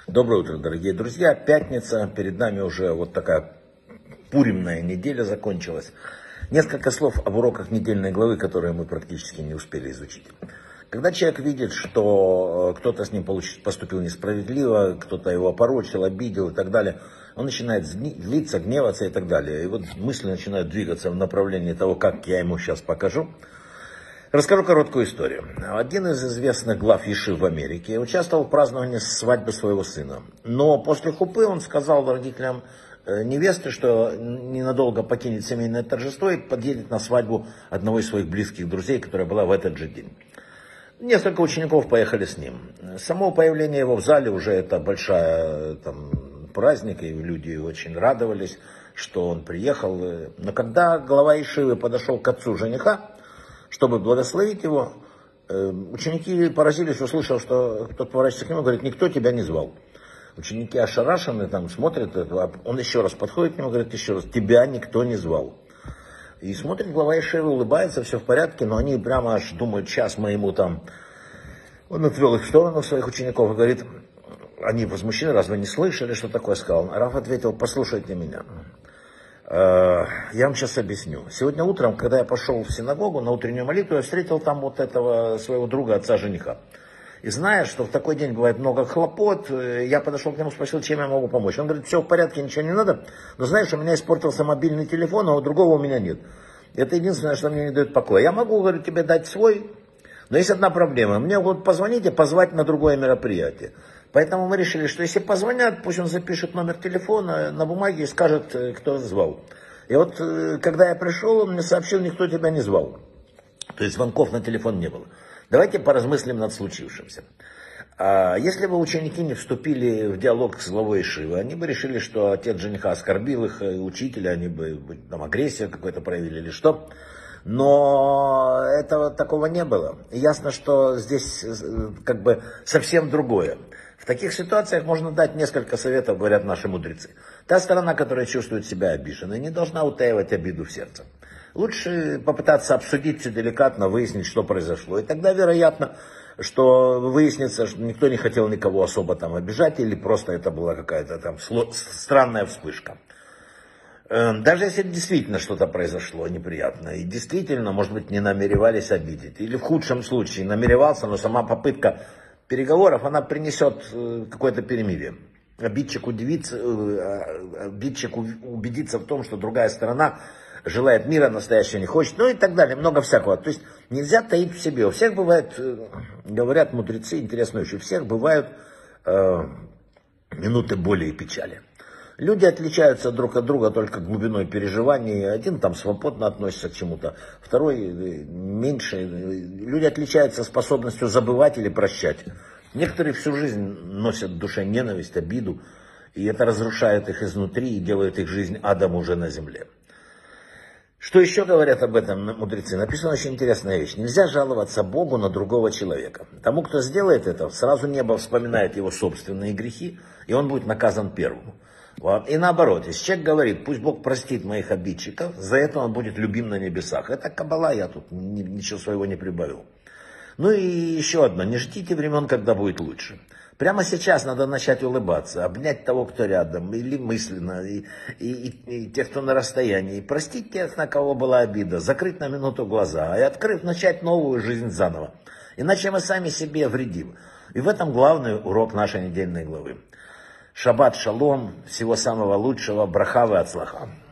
Доброе утро, дорогие друзья. Пятница, перед нами уже вот такая пуримная неделя закончилась. Несколько слов об уроках недельной главы, которые мы практически не успели изучить. Когда человек видит, что кто-то с ним поступил несправедливо, кто-то его опорочил, обидел и так далее, он начинает злиться, гневаться и так далее. И вот мысли начинают двигаться в направлении того, как я ему сейчас покажу. Расскажу короткую историю. Один из известных глав ешив в Америке участвовал в праздновании свадьбы своего сына. Но после хупы он сказал родителям невесты, что ненадолго покинет семейное торжество и подъедет на свадьбу одного из своих близких друзей, которая была в этот же день. Несколько учеников поехали с ним. Само появление его в зале уже это большой праздник, и люди очень радовались, что он приехал. Но когда глава ешивы подошел к отцу жениха, чтобы благословить его, ученики поразились, услышав, что кто-то поворачивается к нему и говорит: никто тебя не звал. Ученики ошарашены, смотрят, он еще раз подходит к нему и говорит еще раз: тебя никто не звал. И смотрит глава ешивы, улыбается, все в порядке, но они прямо аж думают: сейчас мы ему Он отвел их в сторону, своих учеников, и говорит, они возмущены: разве не слышали, что такое сказал? Раф ответил: послушайте меня. Я вам сейчас объясню. Сегодня утром, когда я пошел в синагогу на утреннюю молитву, я встретил там вот этого своего друга, отца жениха. И зная, что в такой день бывает много хлопот, я подошел к нему, спросил, чем я могу помочь. Он говорит: все в порядке, ничего не надо, но знаешь, у меня испортился мобильный телефон, а у другого у меня нет. Это единственное, что мне не дает покоя. Я могу, говорю, тебе дать свой, но есть одна проблема. Мне будут позвонить и позвать на другое мероприятие. Поэтому мы решили, что если позвонят, пусть он запишет номер телефона на бумаге и скажет, кто звал. И вот, когда я пришел, он мне сообщил: никто тебя не звал. То есть звонков на телефон не было. Давайте поразмыслим над случившимся. Если бы ученики не вступили в диалог с главой ешивы, они бы решили, что отец жениха оскорбил их, учителя, они бы агрессию какую-то проявили или что. Но этого такого не было. И ясно, что здесь совсем другое. В таких ситуациях можно дать несколько советов, говорят наши мудрецы. Та сторона, которая чувствует себя обиженной, не должна утаивать обиду в сердце. Лучше попытаться обсудить все деликатно, выяснить, что произошло. И тогда вероятно, что выяснится, что никто не хотел никого особо обижать, или просто это была какая-то странная вспышка. Даже если действительно что-то произошло неприятное, и действительно, может быть, не намеревались обидеть, или в худшем случае намеревался, но сама попытка переговоров, она принесет какое-то перемирие. Обидчик убедится в том, что другая сторона желает мира, настоящего не хочет, и так далее, много всякого. То есть нельзя таить в себе. У всех бывает, говорят мудрецы, интересную вещь, у всех бывают минуты боли и печали. Люди отличаются друг от друга только глубиной переживаний. Один свободно относится к чему-то, второй меньше. Люди отличаются способностью забывать или прощать. Некоторые всю жизнь носят в душе ненависть, обиду, и это разрушает их изнутри и делает их жизнь адом уже на земле. Что еще говорят об этом мудрецы? Написана очень интересная вещь. Нельзя жаловаться Богу на другого человека. Тому, кто сделает это, сразу небо вспоминает его собственные грехи, и он будет наказан первым. И наоборот, если человек говорит: пусть Бог простит моих обидчиков, за это он будет любим на небесах. Это каббала, я тут ничего своего не прибавил. И еще одно: не ждите времен, когда будет лучше. Прямо сейчас надо начать улыбаться, обнять того, кто рядом, или мысленно, и тех, кто на расстоянии. Простить тех, на кого была обида, закрыть на минуту глаза, и открыв, начать новую жизнь заново. Иначе мы сами себе вредим. И в этом главный урок нашей недельной главы. Шаббат шалом, всего самого лучшего, браха ве ацлаха.